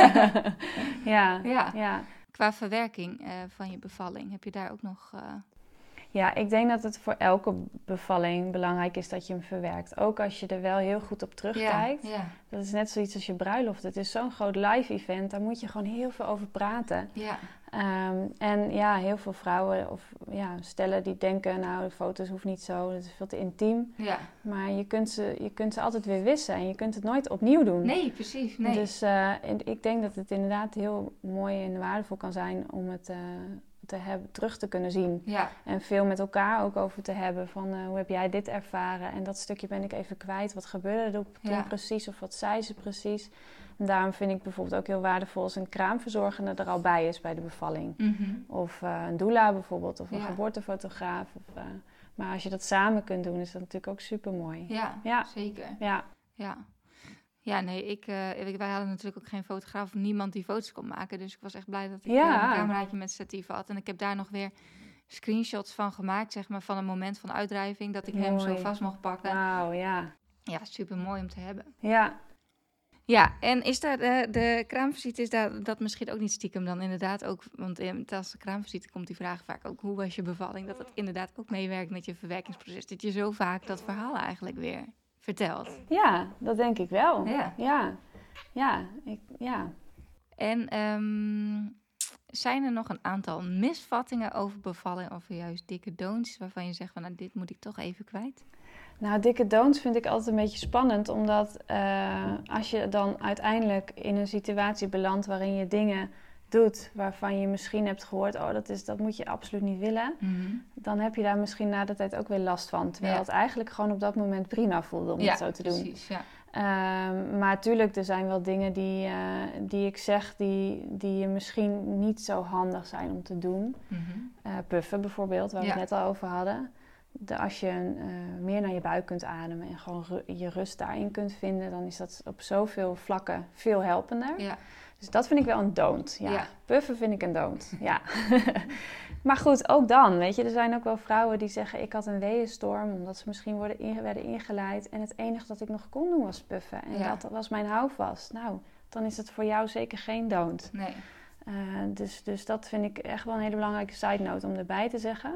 Ja. Qua verwerking van je bevalling, heb je daar ook nog... Ja, ik denk dat het voor elke bevalling belangrijk is dat je hem verwerkt. Ook als je er wel heel goed op terugkijkt. Ja. Dat is net zoiets als je bruiloft. Het is zo'n groot live event. Daar moet je gewoon heel veel over praten. Ja. Heel veel vrouwen of stellen die denken... de foto's hoeven niet zo, dat is veel te intiem. Ja. Maar je kunt ze altijd weer wissen. En je kunt het nooit opnieuw doen. Nee, precies. Nee. Dus ik denk dat het inderdaad heel mooi en waardevol kan zijn om het... terug te kunnen zien. Ja. En veel met elkaar ook over te hebben. Van hoe heb jij dit ervaren? En dat stukje ben ik even kwijt. Wat gebeurde er toen precies? Of wat zei ze precies? En daarom vind ik bijvoorbeeld ook heel waardevol als een kraamverzorgende er al bij is bij de bevalling. Of een doula bijvoorbeeld, of een geboortefotograaf. Maar als je dat samen kunt doen, is dat natuurlijk ook super mooi. Ja, zeker. Ja, nee, wij hadden natuurlijk ook geen fotograaf of niemand die foto's kon maken. Dus ik was echt blij dat ik een cameraatje met statief had. En ik heb daar nog weer screenshots van gemaakt, zeg maar, van een moment van uitdrijving. Dat ik hem zo vast mocht pakken. Wauw, ja. Ja, super mooi om te hebben. Ja. Ja, en is daar de kraamvisite, is dat misschien ook niet stiekem dan inderdaad ook... Want als de kraamvisite komt die vraag vaak ook, hoe was je bevalling? Dat het inderdaad ook meewerkt met je verwerkingsproces. Dat je zo vaak dat verhaal eigenlijk weer vertelt. Ja, dat denk ik wel. Ja. En zijn er nog een aantal misvattingen over bevalling of juist dikke don'ts waarvan je zegt van nou, dit moet ik toch even kwijt? Nou, dikke don'ts vind ik altijd een beetje spannend, omdat als je dan uiteindelijk in een situatie belandt waarin je dingen doet waarvan je misschien hebt gehoord, dat moet je absoluut niet willen, dan heb je daar misschien na de tijd ook weer last van. Terwijl het eigenlijk gewoon op dat moment prima voelde om het zo te doen. Precies, ja. Maar natuurlijk, er zijn wel dingen die ik zeg die misschien niet zo handig zijn om te doen. Puffen bijvoorbeeld, waar we het net al over hadden. Als je meer naar je buik kunt ademen en gewoon je rust daarin kunt vinden, dan is dat op zoveel vlakken veel helpender. Ja. Dus dat vind ik wel een don't. Ja. Puffen vind ik een don't. Ja. Maar goed, ook dan, weet je, er zijn ook wel vrouwen die zeggen, ik had een weeënstorm, omdat ze misschien werden ingeleid. En het enige dat ik nog kon doen was puffen. En dat was mijn houvast. Nou, dan is het voor jou zeker geen don't. Nee. Dus dat vind ik echt wel een hele belangrijke side note om erbij te zeggen.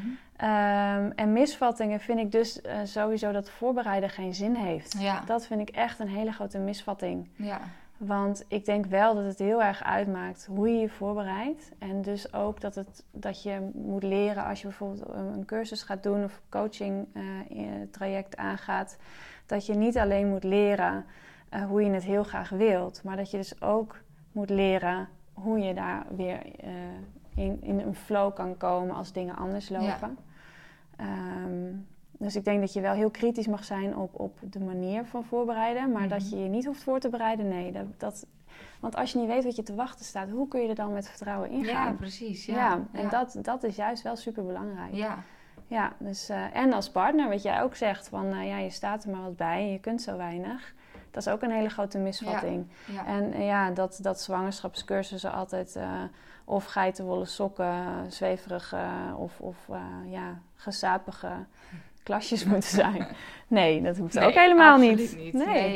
En misvattingen vind ik dus sowieso dat voorbereiden geen zin heeft. Ja. Dat vind ik echt een hele grote misvatting. Ja. Want ik denk wel dat het heel erg uitmaakt hoe je je voorbereidt. En dus ook dat je moet leren als je bijvoorbeeld een cursus gaat doen of een coaching traject aangaat. Dat je niet alleen moet leren hoe je het heel graag wilt. Maar dat je dus ook moet leren hoe je daar weer in een flow kan komen als dingen anders lopen. Ja. Dus ik denk dat je wel heel kritisch mag zijn op de manier van voorbereiden. Maar dat je je niet hoeft voor te bereiden, nee. Want als je niet weet wat je te wachten staat, hoe kun je er dan met vertrouwen in gaan? Ja, precies. Ja. En dat is juist wel super belangrijk. Ja, dus, en als partner, wat jij ook zegt, van je staat er maar wat bij en je kunt zo weinig. Dat is ook een hele grote misvatting. Ja. En dat zwangerschapscursussen altijd of geitenwolle sokken, zweverige of gesapige klasjes moeten zijn. Nee, dat hoeft ook helemaal niet.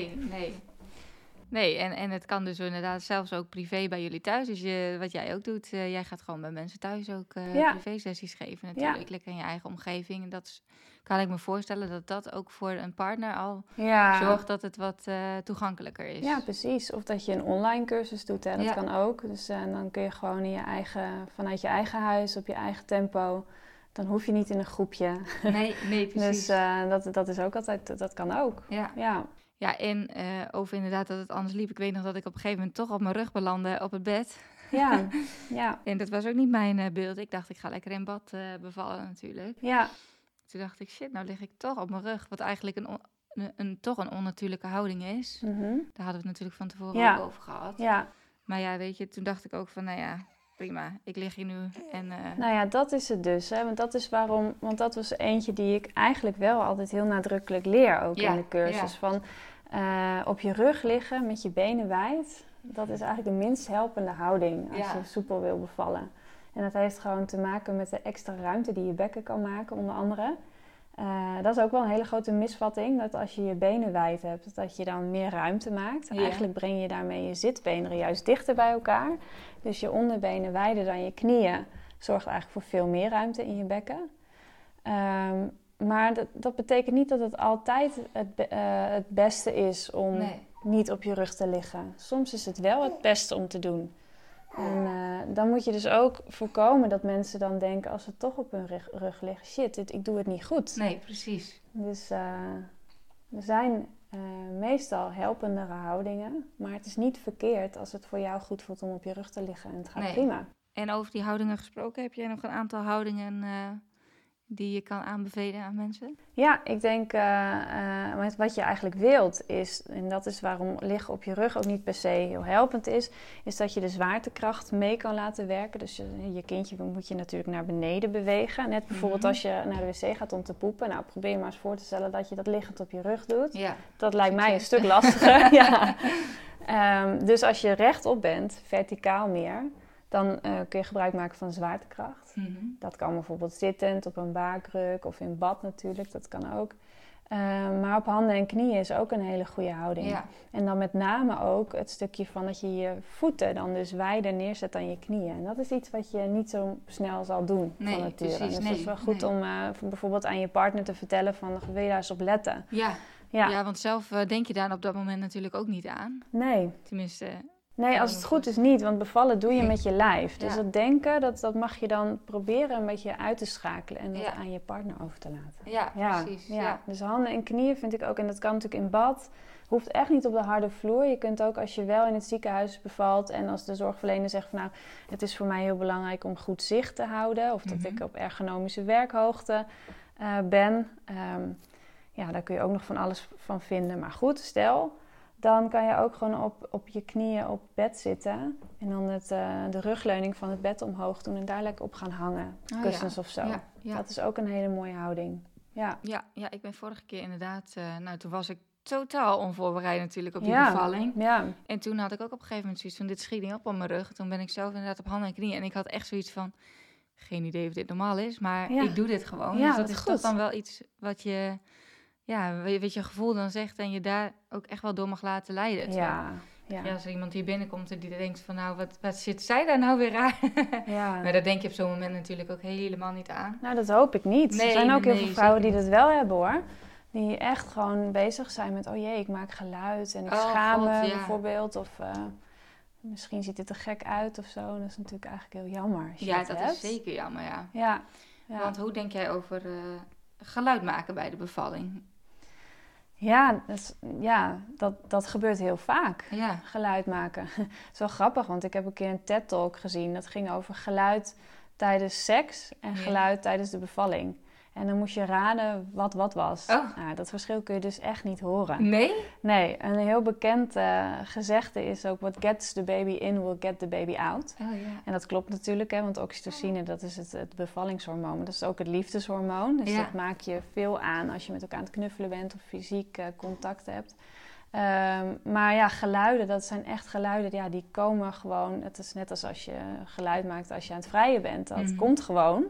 Nee, en het kan dus inderdaad zelfs ook privé bij jullie thuis. Dus wat jij ook doet, jij gaat gewoon bij mensen thuis ook privé-sessies geven natuurlijk. Lekker in je eigen omgeving. En dat kan ik me voorstellen dat ook voor een partner al zorgt dat het wat toegankelijker is. Ja, precies. Of dat je een online cursus doet, hè. Dat kan ook. Dus dan kun je gewoon vanuit je eigen huis, op je eigen tempo. Dan hoef je niet in een groepje. Nee, precies. Dus dat is ook altijd, dat kan ook. Ja, en over inderdaad dat het anders liep. Ik weet nog dat ik op een gegeven moment toch op mijn rug belandde op het bed. Ja. En dat was ook niet mijn beeld. Ik dacht, ik ga lekker in bad bevallen natuurlijk. Ja. Toen dacht ik, shit, nou lig ik toch op mijn rug. Wat eigenlijk toch een onnatuurlijke houding is. Daar hadden we het natuurlijk van tevoren ook over gehad. Ja. Maar ja, weet je, toen dacht ik ook van, prima, ik lig hier nu. En, dat is het dus. Hè? Want dat was eentje die ik eigenlijk wel altijd heel nadrukkelijk leer. Ook in de cursus. Van op je rug liggen met je benen wijd. Dat is eigenlijk de minst helpende houding als je soepel wil bevallen. En dat heeft gewoon te maken met de extra ruimte die je bekken kan maken, onder andere. Dat is ook wel een hele grote misvatting. Dat als je je benen wijd hebt, dat je dan meer ruimte maakt. Ja. Eigenlijk breng je daarmee je zitbenen juist dichter bij elkaar. Dus je onderbenen wijder dan je knieën zorgt eigenlijk voor veel meer ruimte in je bekken. Maar dat betekent niet dat het altijd het beste is om niet op je rug te liggen. Soms is het wel het beste om te doen. En dan moet je dus ook voorkomen dat mensen dan denken, als ze toch op hun rug liggen, shit, ik doe het niet goed. Nee, precies. Dus er zijn meestal helpendere houdingen, maar het is niet verkeerd als het voor jou goed voelt om op je rug te liggen en het gaat prima. En over die houdingen gesproken, heb jij nog een aantal houdingen die je kan aanbevelen aan mensen? Ja, ik denk wat je eigenlijk wilt is, en dat is waarom liggen op je rug ook niet per se heel helpend is dat je de zwaartekracht mee kan laten werken. Dus je kindje moet je natuurlijk naar beneden bewegen. Net bijvoorbeeld als je naar de wc gaat om te poepen. Nou, probeer je maar eens voor te stellen dat je dat liggend op je rug doet. Ja. Dat lijkt mij een stuk lastiger. Ja. Dus als je rechtop bent, verticaal meer, dan kun je gebruik maken van zwaartekracht. Mm-hmm. Dat kan bijvoorbeeld zittend, op een baarkruk of in bad natuurlijk, dat kan ook. Maar op handen en knieën is ook een hele goede houding. Ja. En dan met name ook het stukje van dat je je voeten dan dus wijder neerzet dan je knieën. En dat is iets wat je niet zo snel zal doen van nature. Precies, dus het is wel goed om bijvoorbeeld aan je partner te vertellen van, wil je daar eens op letten? Ja, want zelf denk je daar op dat moment natuurlijk ook niet aan. Nee. Tenminste... Nee, als het goed is niet, want bevallen doe je met je lijf. Dus dat denken, dat mag je dan proberen een beetje uit te schakelen en dat aan je partner over te laten. Ja, precies. Ja. Dus handen en knieën vind ik ook, en dat kan natuurlijk in bad. Hoeft echt niet op de harde vloer. Je kunt ook als je wel in het ziekenhuis bevalt en als de zorgverlener zegt van nou, het is voor mij heel belangrijk om goed zicht te houden. Of dat ik op ergonomische werkhoogte ben. Daar kun je ook nog van alles van vinden. Maar goed, stel... Dan kan je ook gewoon op je knieën op bed zitten. En dan de rugleuning van het bed omhoog doen. En daar lekker op gaan hangen. Kussens of zo. Ja. Dat is ook een hele mooie houding. Ja, ik ben vorige keer inderdaad... toen was ik totaal onvoorbereid natuurlijk op die bevalling. Ja. En toen had ik ook op een gegeven moment zoiets van... dit schiet niet op mijn rug. Toen ben ik zelf inderdaad op handen en knieën. En ik had echt zoiets van... geen idee of dit normaal is. Maar ik doe dit gewoon. Ja, dus dat is goed. toch dan wel iets wat je... Ja, wat je gevoel dan zegt en je daar ook echt wel door mag laten leiden. Ja. Als er iemand hier binnenkomt en die denkt van nou, wat zit zij daar nou weer raar? Maar dat denk je op zo'n moment natuurlijk ook helemaal niet aan. Nou, dat hoop ik niet. Er zijn ook heel veel vrouwen die dat wel hebben hoor. Die echt gewoon bezig zijn met, oh jee, ik maak geluid en ik schaam me bijvoorbeeld. Of misschien ziet het er gek uit of zo. Dat is natuurlijk eigenlijk heel jammer. Ja, dat is zeker jammer, ja. Want hoe denk jij over geluid maken bij de bevalling? Dat gebeurt heel vaak. Ja. Geluid maken. Het is wel grappig, want ik heb een keer een TED-talk gezien. Dat ging over geluid tijdens seks en geluid tijdens de bevalling. En dan moest je raden wat was. Nou, dat verschil kun je dus echt niet horen. Nee? Nee, een heel bekend gezegde is ook... what gets the baby in will get the baby out. En dat klopt natuurlijk, hè, want oxytocine, dat is het bevallingshormoon. Dat is ook het liefdeshormoon. Dus dat maak je veel aan als je met elkaar aan het knuffelen bent... of fysiek contact hebt. Maar geluiden, dat zijn echt geluiden... die komen gewoon... Het is net als je geluid maakt als je aan het vrijen bent. Dat komt gewoon...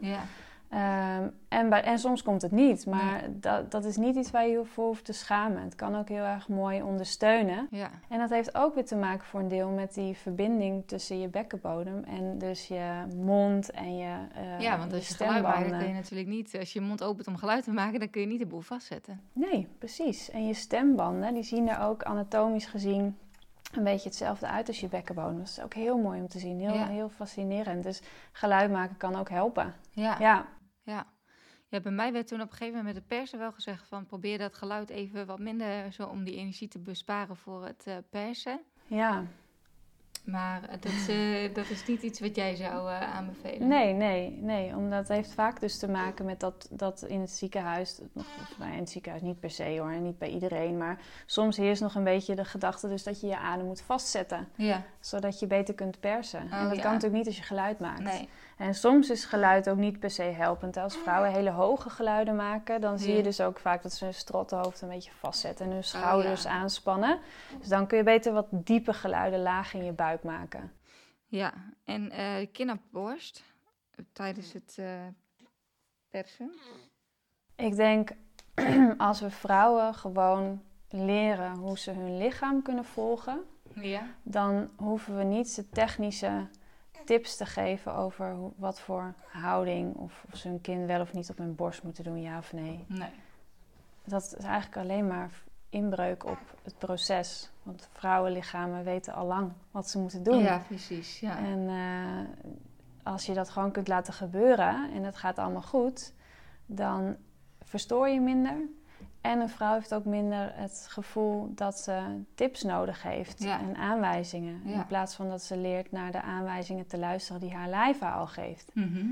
En soms komt het niet, maar dat is niet iets waar je voor hoeft te schamen. Het kan ook heel erg mooi ondersteunen. Ja. En dat heeft ook weer te maken voor een deel met die verbinding tussen je bekkenbodem en dus je mond en je want als je geluid maakt, dan kun je natuurlijk niet... Als je je mond opent om geluid te maken, dan kun je niet de boel vastzetten. Nee, precies. En je stembanden, die zien er ook anatomisch gezien... een beetje hetzelfde uit als je bekkenbodem. Dat is ook heel mooi om te zien. Heel fascinerend. Dus geluid maken kan ook helpen. Ja, bij mij werd toen op een gegeven moment met de persen wel gezegd van... probeer dat geluid even wat minder zo om die energie te besparen voor het persen. Ja. Maar dat is niet iets wat jij zou aanbevelen. Nee. Omdat het heeft vaak dus te maken met dat in het ziekenhuis... in het ziekenhuis niet per se hoor, niet bij iedereen... maar soms heerst nog een beetje de gedachte dus dat je je adem moet vastzetten. Ja. Zodat je beter kunt persen. En dat kan natuurlijk niet als je geluid maakt. Nee. En soms is geluid ook niet per se helpend. Als vrouwen hele hoge geluiden maken... dan zie je dus ook vaak dat ze hun strottenhoofd een beetje vastzetten... en hun schouders aanspannen. Dus dan kun je beter wat diepe geluiden laag in je buik maken. Ja, en kin op borst tijdens het persen? Ik denk, als we vrouwen gewoon leren hoe ze hun lichaam kunnen volgen... dan hoeven we niet de technische tips te geven over wat voor houding... of ze hun kin wel of niet op hun borst moeten doen, ja of nee. Dat is eigenlijk alleen maar inbreuk op het proces. Want vrouwenlichamen weten al lang wat ze moeten doen. Ja, precies. Ja. En als je dat gewoon kunt laten gebeuren en het gaat allemaal goed... dan verstoor je minder... En een vrouw heeft ook minder het gevoel dat ze tips nodig heeft en aanwijzingen. In plaats van dat ze leert naar de aanwijzingen te luisteren die haar lijf haar al geeft.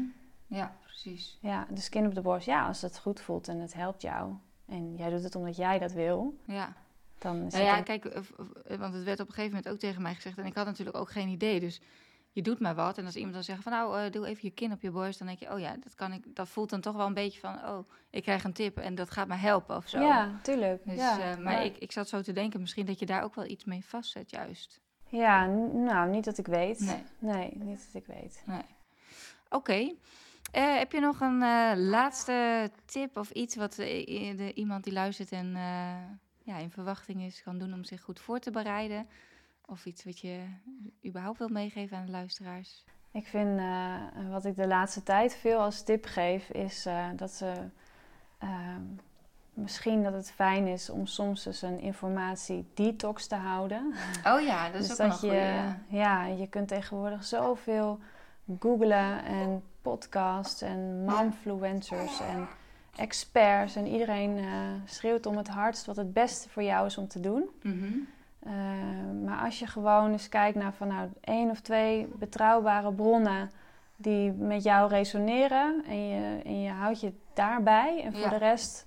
Ja, precies. Ja, dus kind op de borst. Ja, als het goed voelt en het helpt jou. En jij doet het omdat jij dat wil. Ja. Dan is Kijk, want het werd op een gegeven moment ook tegen mij gezegd. En ik had natuurlijk ook geen idee. Dus je doet maar wat. En als iemand dan zegt van doe even je kin op je borst. Dan denk je, ja, dat kan ik. Dat voelt dan toch wel een beetje van, ik krijg een tip en dat gaat me helpen of zo. Ja, tuurlijk. Dus, ja, maar ik zat zo te denken, misschien dat je daar ook wel iets mee vastzet juist. Ja, nou, niet dat ik weet. Nee, niet dat ik weet. Nee. Oké. Heb je nog een laatste tip of iets wat iemand die luistert en in verwachting is kan doen om zich goed voor te bereiden? Of iets wat je überhaupt wilt meegeven aan de luisteraars? Ik vind, wat ik de laatste tijd veel als tip geef, is dat ze misschien dat het fijn is om soms dus een informatie-detox te houden. Oh ja, dat is dus ook nog een goeie. Je kunt tegenwoordig zoveel googlen en podcasts en momfluencers en experts. En iedereen schreeuwt om het hardst wat het beste voor jou is om te doen. Mm-hmm. Maar als je gewoon eens kijkt naar 1 of 2 betrouwbare bronnen die met jou resoneren en je houdt je daarbij. En voor de rest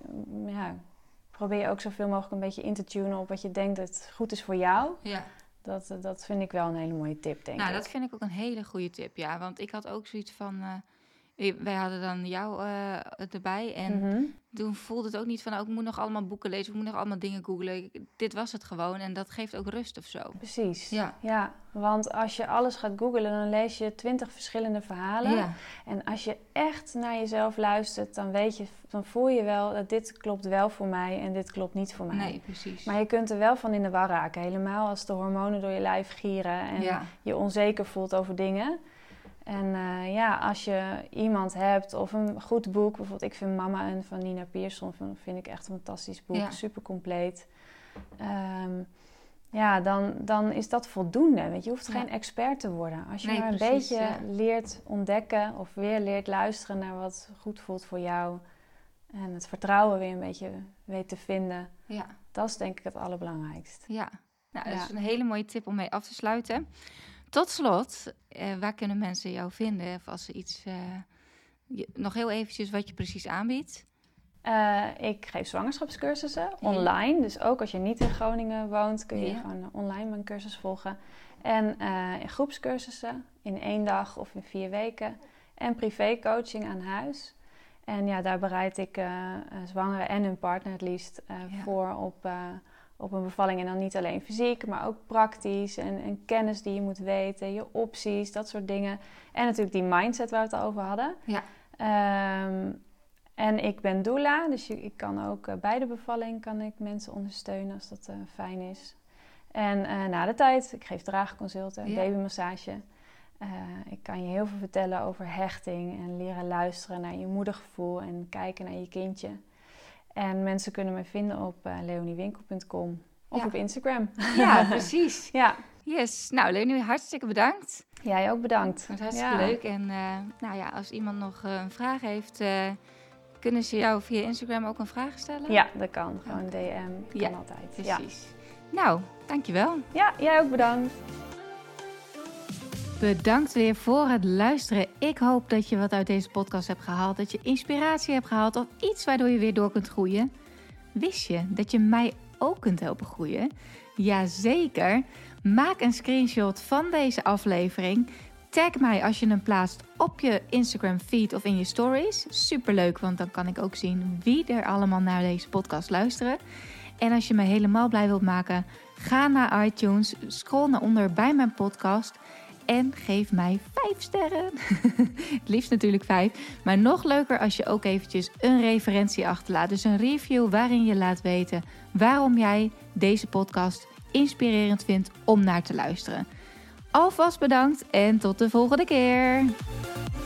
probeer je ook zoveel mogelijk een beetje in te tunen op wat je denkt dat goed is voor jou. Ja. Dat vind ik wel een hele mooie tip, denk ik. Nou, dat vind ik ook een hele goede tip, ja. Want ik had ook zoiets van... wij hadden dan jou erbij. En toen voelde het ook niet van... ik moet nog allemaal boeken lezen. Ik moet nog allemaal dingen googlen. Dit was het gewoon. En dat geeft ook rust of zo. Precies. Ja, want als je alles gaat googlen... dan lees je 20 verschillende verhalen. Ja. En als je echt naar jezelf luistert... dan voel je wel dat dit klopt wel voor mij... en dit klopt niet voor mij. Nee, precies. Maar je kunt er wel van in de war raken. Helemaal als de hormonen door je lijf gieren... en je onzeker voelt over dingen... En als je iemand hebt of een goed boek... bijvoorbeeld ik vind Mama en van Nina Pierson... vind ik echt een fantastisch boek, super compleet. Dan is dat voldoende. Weet je hoeft geen expert te worden. Als je maar een beetje leert ontdekken... of weer leert luisteren naar wat goed voelt voor jou... en het vertrouwen weer een beetje weet te vinden... dat is denk ik het allerbelangrijkst. Ja, dat is een hele mooie tip om mee af te sluiten... Tot slot, waar kunnen mensen jou vinden? Of als ze iets... nog heel eventjes wat je precies aanbiedt. Ik geef zwangerschapscursussen online. Dus ook als je niet in Groningen woont... kun je gewoon online mijn cursus volgen. En groepscursussen in 1 dag of in 4 weken. En privécoaching aan huis. En daar bereid ik zwangeren en hun partner het liefst voor op een bevalling. En dan niet alleen fysiek, maar ook praktisch. En kennis die je moet weten, je opties, dat soort dingen. En natuurlijk die mindset waar we het al over hadden. Ja. En ik ben doula, dus ik kan ook bij de bevalling kan ik mensen ondersteunen als dat fijn is. En na de tijd, ik geef draagconsulten, babymassage. Ik kan je heel veel vertellen over hechting en leren luisteren naar je moedergevoel en kijken naar je kindje. En mensen kunnen me vinden op leoniewinkel.com of op Instagram. Ja, precies. Ja. Yes. Nou, Leonie, hartstikke bedankt. Jij ook bedankt. Het was hartstikke leuk. En als iemand nog een vraag heeft, kunnen ze jou via Instagram ook een vraag stellen? Ja, dat kan. Gewoon DM. Kan altijd. Precies. Ja. Nou, dankjewel. Ja, jij ook bedankt. Bedankt weer voor het luisteren. Ik hoop dat je wat uit deze podcast hebt gehaald. Dat je inspiratie hebt gehaald of iets waardoor je weer door kunt groeien. Wist je dat je mij ook kunt helpen groeien? Jazeker. Maak een screenshot van deze aflevering. Tag mij als je hem plaatst op je Instagram feed of in je stories. Superleuk, want dan kan ik ook zien wie er allemaal naar deze podcast luisteren. En als je me helemaal blij wilt maken, ga naar iTunes, scroll naar onder bij mijn podcast... en geef mij 5 sterren. Het liefst natuurlijk 5. Maar nog leuker als je ook eventjes een referentie achterlaat. Dus een review waarin je laat weten waarom jij deze podcast inspirerend vindt om naar te luisteren. Alvast bedankt en tot de volgende keer.